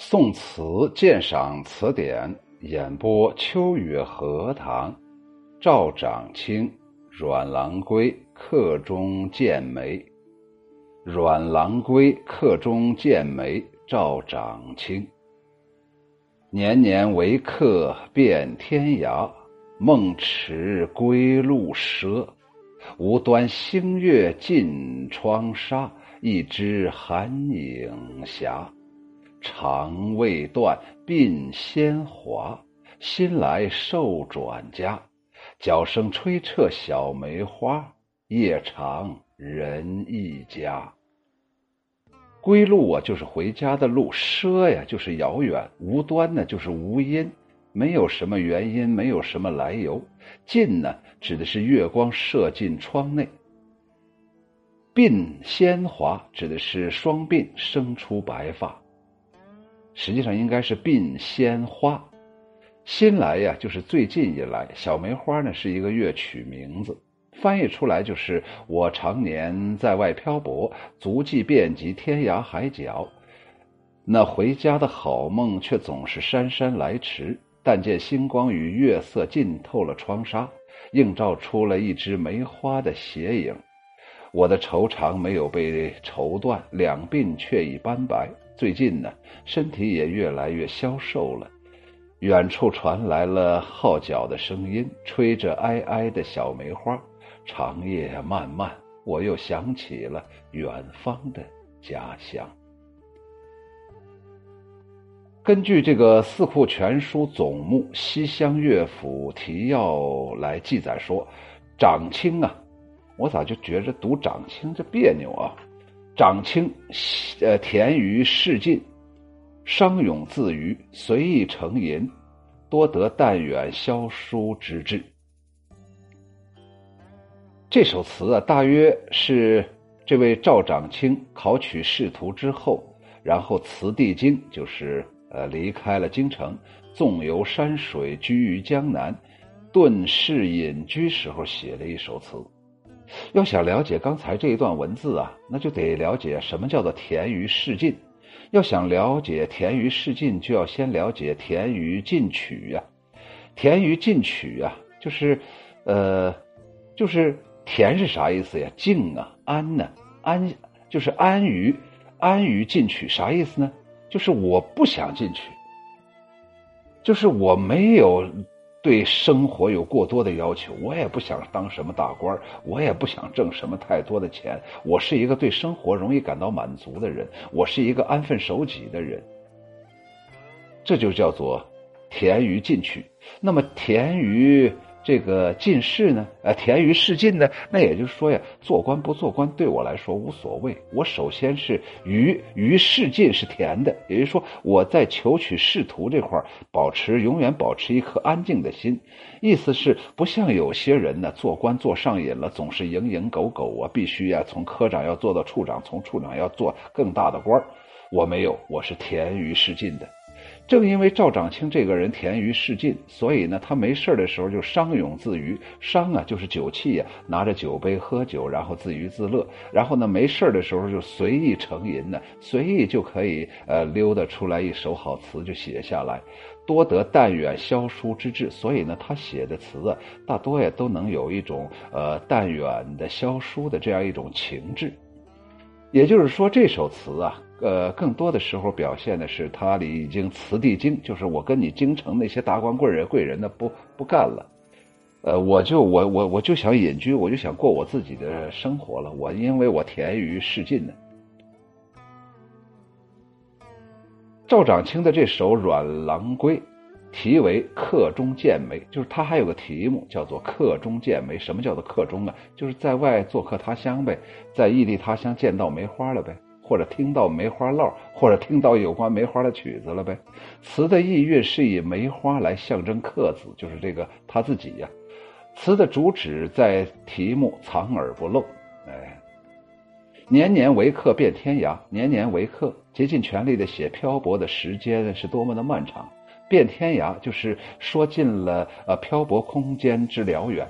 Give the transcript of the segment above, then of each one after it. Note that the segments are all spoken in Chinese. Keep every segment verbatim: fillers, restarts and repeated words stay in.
宋词鉴赏词典演播秋雨荷塘，赵长卿、阮郎归客中见梅。阮郎归客中见梅，赵长卿。年年为客遍天涯，梦迟归路赊。无端星月尽窗纱，一枝寒影斜。肠未断鬓先华，新来受转家。角声吹彻小梅花，夜长人一家。归路啊，就是回家的路；赊呀，就是遥远；无端呢，就是无因，没有什么原因，没有什么来由。尽呢，指的是月光射进窗内。鬓先华，指的是双鬓生出白发。实际上应该是鬓先花。新来呀，就是最近以来。小梅花呢，是一个乐曲名字，翻译出来就是我常年在外漂泊，足迹遍及天涯海角，那回家的好梦却总是姗姗来迟。但见星光与月色浸透了窗纱，映照出了一枝梅花的斜影。我的愁肠没有被绸断，两鬓却已斑白。最近呢，身体也越来越消瘦了。远处传来了号角的声音，吹着哀哀的小梅花。长夜漫漫，我又想起了远方的家乡。根据这个《四库全书总目·西厢乐府提要》来记载说，长卿啊，我咋就觉着读长卿这别扭啊？长卿，呃，田于市尽，商咏自娱，随意成吟，多得但远萧疏之志。这首词啊，大约是这位赵长卿考取仕途之后，然后辞帝京，就是呃离开了京城，纵游山水，居于江南，遁世隐居时候写的一首词。要想了解刚才这一段文字啊，那就得了解什么叫做田于市尽。要想了解田于市尽，就要先了解田于进取呀、啊。田于进取呀、啊，就是呃就是田是啥意思呀？静啊，安呢、啊？安就是安于安于进取，啥意思呢？就是我不想进去，就是我没有对生活有过多的要求，我也不想当什么大官，我也不想挣什么太多的钱，我是一个对生活容易感到满足的人，我是一个安分守己的人。这就叫做田于进取。那么田于这个进士呢，呃，田于市尽呢，那也就是说呀，做官不做官对我来说无所谓。我首先是于于市尽是田的，也就是说我在求取仕途这块保持永远保持一颗安静的心。意思是不像有些人呢，做官做上瘾了，总是蝇营狗苟啊，必须呀从科长要做到处长，从处长要做更大的官。我没有，我是田于市尽的。正因为赵长卿这个人田于市尽，所以呢，他没事的时候就商咏自娱。商啊，就是酒器呀、啊，拿着酒杯喝酒，然后自娱自乐。然后呢，没事的时候就随意成吟呢，随意就可以呃溜达出来一首好词就写下来，多得但远萧疏之志。所以呢，他写的词啊，大多也都能有一种呃但远的萧疏的这样一种情致。也就是说，这首词啊。呃，更多的时候表现的是他里已经辞帝京，就是我跟你京城那些达官贵人贵人呢不不干了，呃，我就我我我就想隐居，我就想过我自己的生活了。我因为我田于市尽呢。赵长卿的这首《阮郎归》，题为《客中见梅》，就是他还有个题目叫做《客中见梅》。什么叫做客中啊？就是在外做客他乡呗，在异地他乡见到梅花了呗。或者听到梅花烙，或者听到有关梅花的曲子了呗。词的意蕴是以梅花来象征客子，就是这个他自己呀、啊。词的主旨在题目藏而不露。哎，年年为客遍天涯，年年为客，竭尽全力的写漂泊的时间是多么的漫长。遍天涯就是说尽了呃漂泊空间之辽远。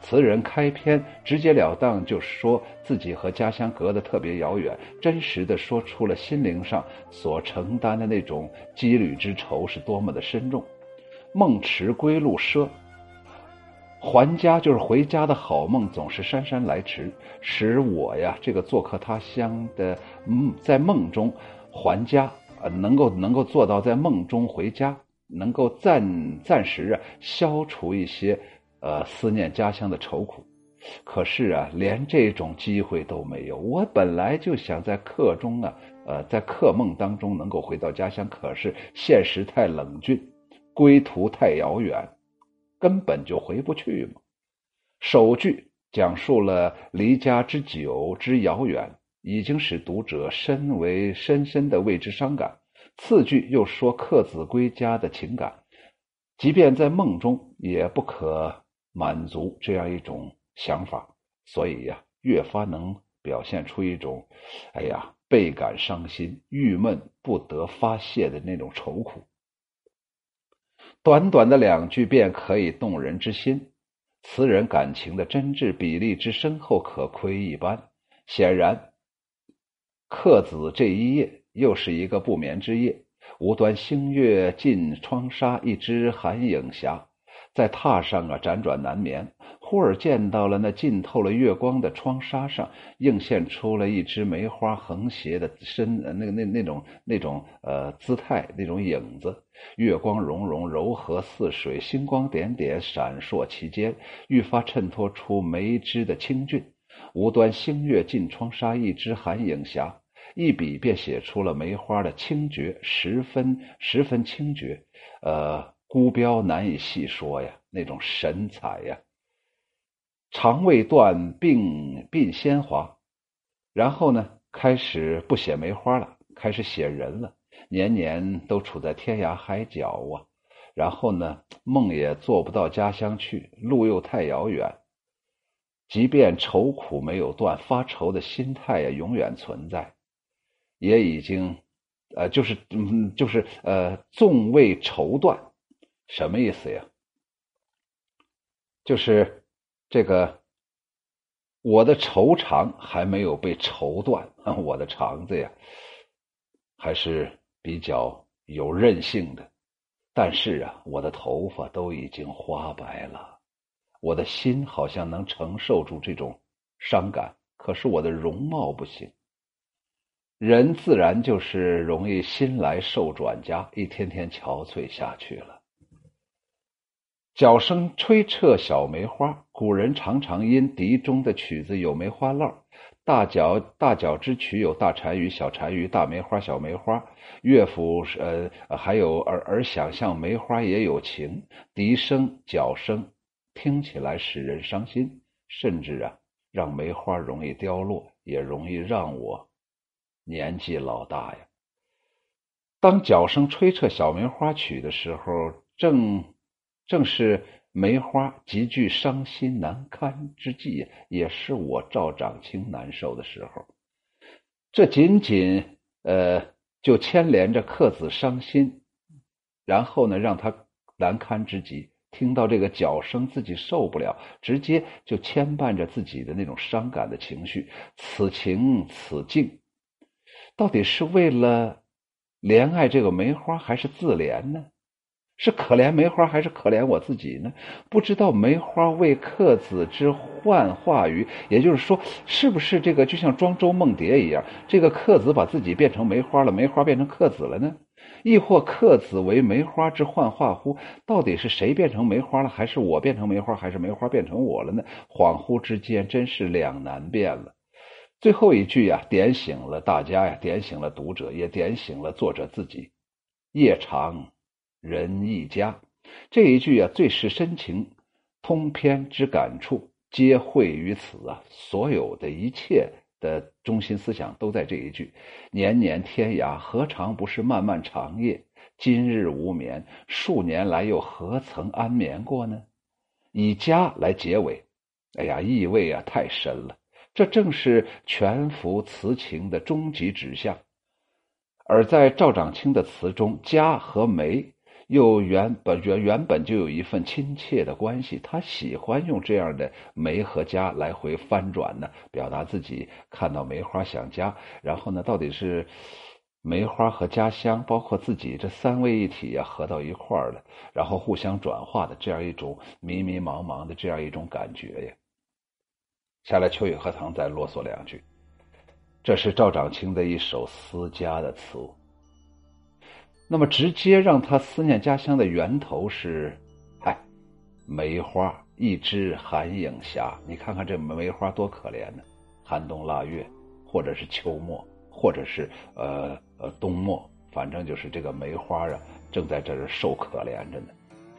词人开篇直截了当就说自己和家乡隔得特别遥远，真实的说出了心灵上所承担的那种羁旅之愁是多么的深重。梦迟归路奢，还家就是回家的好梦总是姗姗来迟，使我呀这个做客他乡的，嗯，在梦中还家，呃，能够能够做到在梦中回家，能够暂暂时啊消除一些呃思念家乡的愁苦。可是啊，连这种机会都没有。我本来就想在客中啊，呃，在客梦当中能够回到家乡，可是现实太冷峻，归途太遥远，根本就回不去嘛。首句讲述了离家之久之遥远，已经使读者深为深深的为之伤感。次句又说客子归家的情感，即便在梦中也不可满足这样一种想法，所以呀、啊，越发能表现出一种，哎呀，倍感伤心、郁闷不得发泄的那种愁苦。短短的两句便可以动人之心，词人感情的真挚比例之深厚可窥一斑。显然，客子这一夜又是一个不眠之夜。无端星月尽窗纱，一枝寒影斜。在榻上啊辗转难眠，忽而见到了那浸透了月光的窗纱上，映现出了一枝梅花横斜的身，那个那那种那种呃姿态，那种影子。月光融融，柔和似水，星光点点闪烁其间，愈发衬托出梅枝的清俊。无端星月尽窗纱，一枝寒影斜。一笔便写出了梅花的清绝，十分十分清绝，呃，孤标难以细说呀，那种神采呀。长未断，鬓鬓鲜华，然后呢，开始不写梅花了，开始写人了。年年都处在天涯海角啊，然后呢，梦也做不到家乡去，路又太遥远。即便愁苦没有断，发愁的心态呀，永远存在。也已经，呃，就是嗯，就是呃，纵未愁断，什么意思呀？就是这个，我的愁肠还没有被愁断，我的肠子呀，还是比较有韧性的。但是啊，我的头发都已经花白了，我的心好像能承受住这种伤感，可是我的容貌不行。人自然就是容易心来受转加，一天天憔悴下去了。角声吹彻小梅花，古人常常因笛中的曲子有梅花烙，大角大角之曲有大单于、小单于、大梅花、小梅花，乐府呃还有而而想象梅花也有情，笛声、角声听起来使人伤心，甚至啊让梅花容易凋落，也容易让我年纪老大呀。当角声吹彻小梅花曲的时候，正正是梅花极具伤心难堪之际，也是我赵长青难受的时候。这仅仅呃就牵连着客子伤心，然后呢让他难堪之极。听到这个角声自己受不了，直接就牵绊着自己的那种伤感的情绪。此情此境，到底是为了怜爱这个梅花，还是自怜呢？是可怜梅花，还是可怜我自己呢？不知道梅花为客子之幻化于，也就是说，是不是这个就像庄周梦蝶一样，这个客子把自己变成梅花了，梅花变成客子了呢？亦或客子为梅花之幻化乎？到底是谁变成梅花了，还是我变成梅花，还是梅花变成我了呢？恍惚之间，真是两难辨了。最后一句呀、啊，点醒了大家呀，点醒了读者，也点醒了作者自己。夜长人一家，这一句啊，最是深情，通篇之感触皆汇于此啊，所有的一切的中心思想都在这一句。年年天涯，何尝不是漫漫长夜？今日无眠，数年来又何曾安眠过呢？以家来结尾，哎呀，意味啊太深了。这正是全幅词情的终极指向。而在赵长青的词中，家和梅又原本原原本就有一份亲切的关系，他喜欢用这样的梅和家来回翻转呢，表达自己看到梅花想家，然后呢，到底是梅花和家乡，包括自己这三位一体啊，合到一块儿了，然后互相转化的这样一种迷迷茫茫的这样一种感觉呀。下来，秋雨荷塘再啰嗦两句。这是赵长青的一首思家的词。那么直接让他思念家乡的源头是，嗨，梅花一枝寒影斜。你看看这梅花多可怜呢，寒冬腊月，或者是秋末，或者是呃呃冬末，反正就是这个梅花啊，正在这儿受可怜着呢。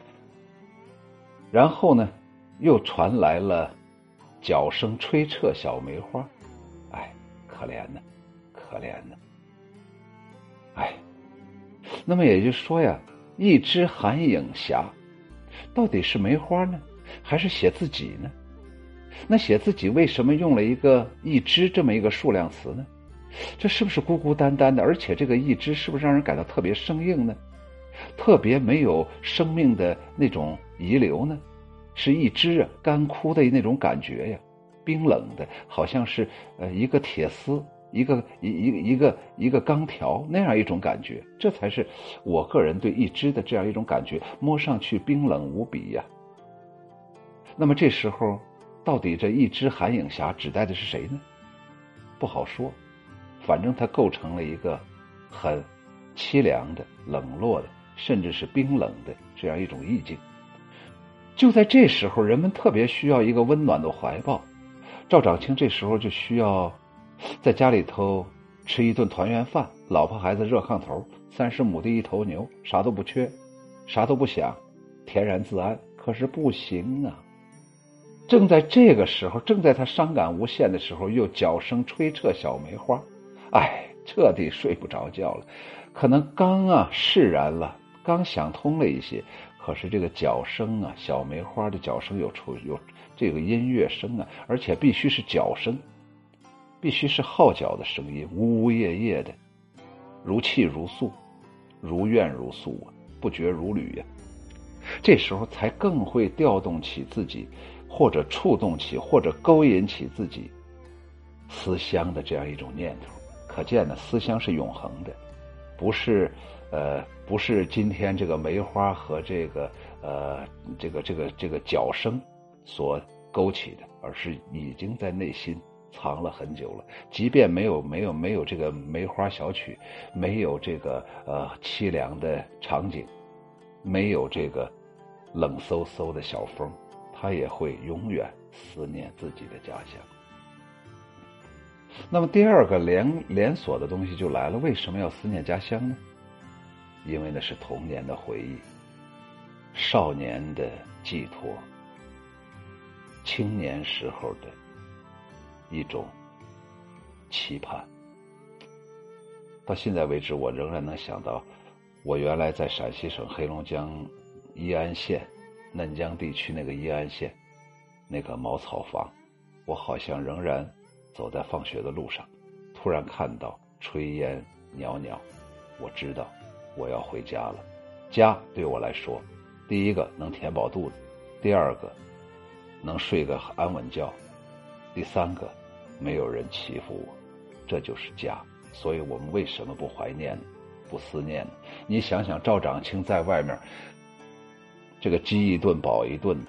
然后呢，又传来了角声吹彻小梅花，哎，可怜呢，可怜呢，哎。那么也就是说呀，一枝寒影斜，到底是梅花呢，还是写自己呢？那写自己为什么用了一个一枝这么一个数量词呢？这是不是孤孤单单的？而且这个一枝是不是让人感到特别生硬呢？特别没有生命的那种遗留呢？是一枝啊，干枯的那种感觉呀，冰冷的，好像是呃一个铁丝。一个一一个一个一个钢条那样一种感觉，这才是我个人对一枝的这样一种感觉，摸上去冰冷无比呀。那么这时候，到底这一枝寒影斜指代的是谁呢？不好说，反正它构成了一个很凄凉的、冷落的，甚至是冰冷的这样一种意境。就在这时候，人们特别需要一个温暖的怀抱。赵长青这时候就需要在家里头吃一顿团圆饭，老婆孩子热炕头，三十亩地一头牛，啥都不缺，啥都不想，恬然自安。可是不行啊！正在这个时候，正在他伤感无限的时候，又角声吹彻小梅花，哎，彻底睡不着觉了。可能刚啊释然了，刚想通了一些，可是这个角声啊，小梅花的角声有出有这个音乐声啊，而且必须是角声。必须是号角的声音，呜呜咽咽的，如泣如诉，如怨如诉啊，不绝如缕呀、啊。这时候才更会调动起自己，或者触动起，或者勾引起自己思乡的这样一种念头。可见呢，思乡是永恒的，不是呃，不是今天这个梅花和这个呃这个这个这个角声所勾起的，而是已经在内心藏了很久了。即便没有没有没有这个梅花小曲，没有这个呃凄凉的场景，没有这个冷飕飕的小风，他也会永远思念自己的家乡。那么第二个连连锁的东西就来了，为什么要思念家乡呢？因为那是童年的回忆，少年的寄托，青年时候的一种期盼。到现在为止，我仍然能想到我原来在陕西省黑龙江宜安县嫩江地区那个宜安县那个茅草房，我好像仍然走在放学的路上，突然看到炊烟袅袅，我知道我要回家了。家对我来说，第一个能填饱肚子，第二个能睡个安稳觉，第三个没有人欺负我，这就是家。所以我们为什么不怀念呢？不思念呢？你想想赵长青在外面这个饥一顿饱一顿的，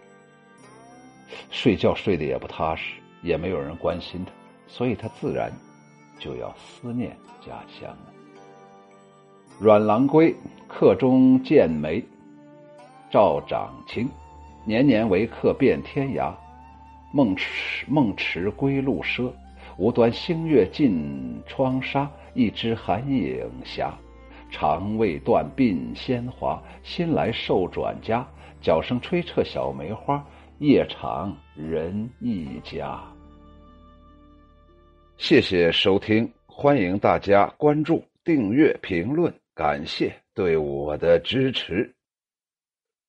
睡觉睡得也不踏实，也没有人关心他，所以他自然就要思念家乡了。阮郎归客中见梅，赵长青年年为客遍天涯。梦迟梦迟归路赊，无端星月尽窗纱。一枝寒影斜，肠未断鬓鲜华。新来受转家，角声吹彻小梅花。夜长人一家。谢谢收听，欢迎大家关注、订阅、评论，感谢对我的支持。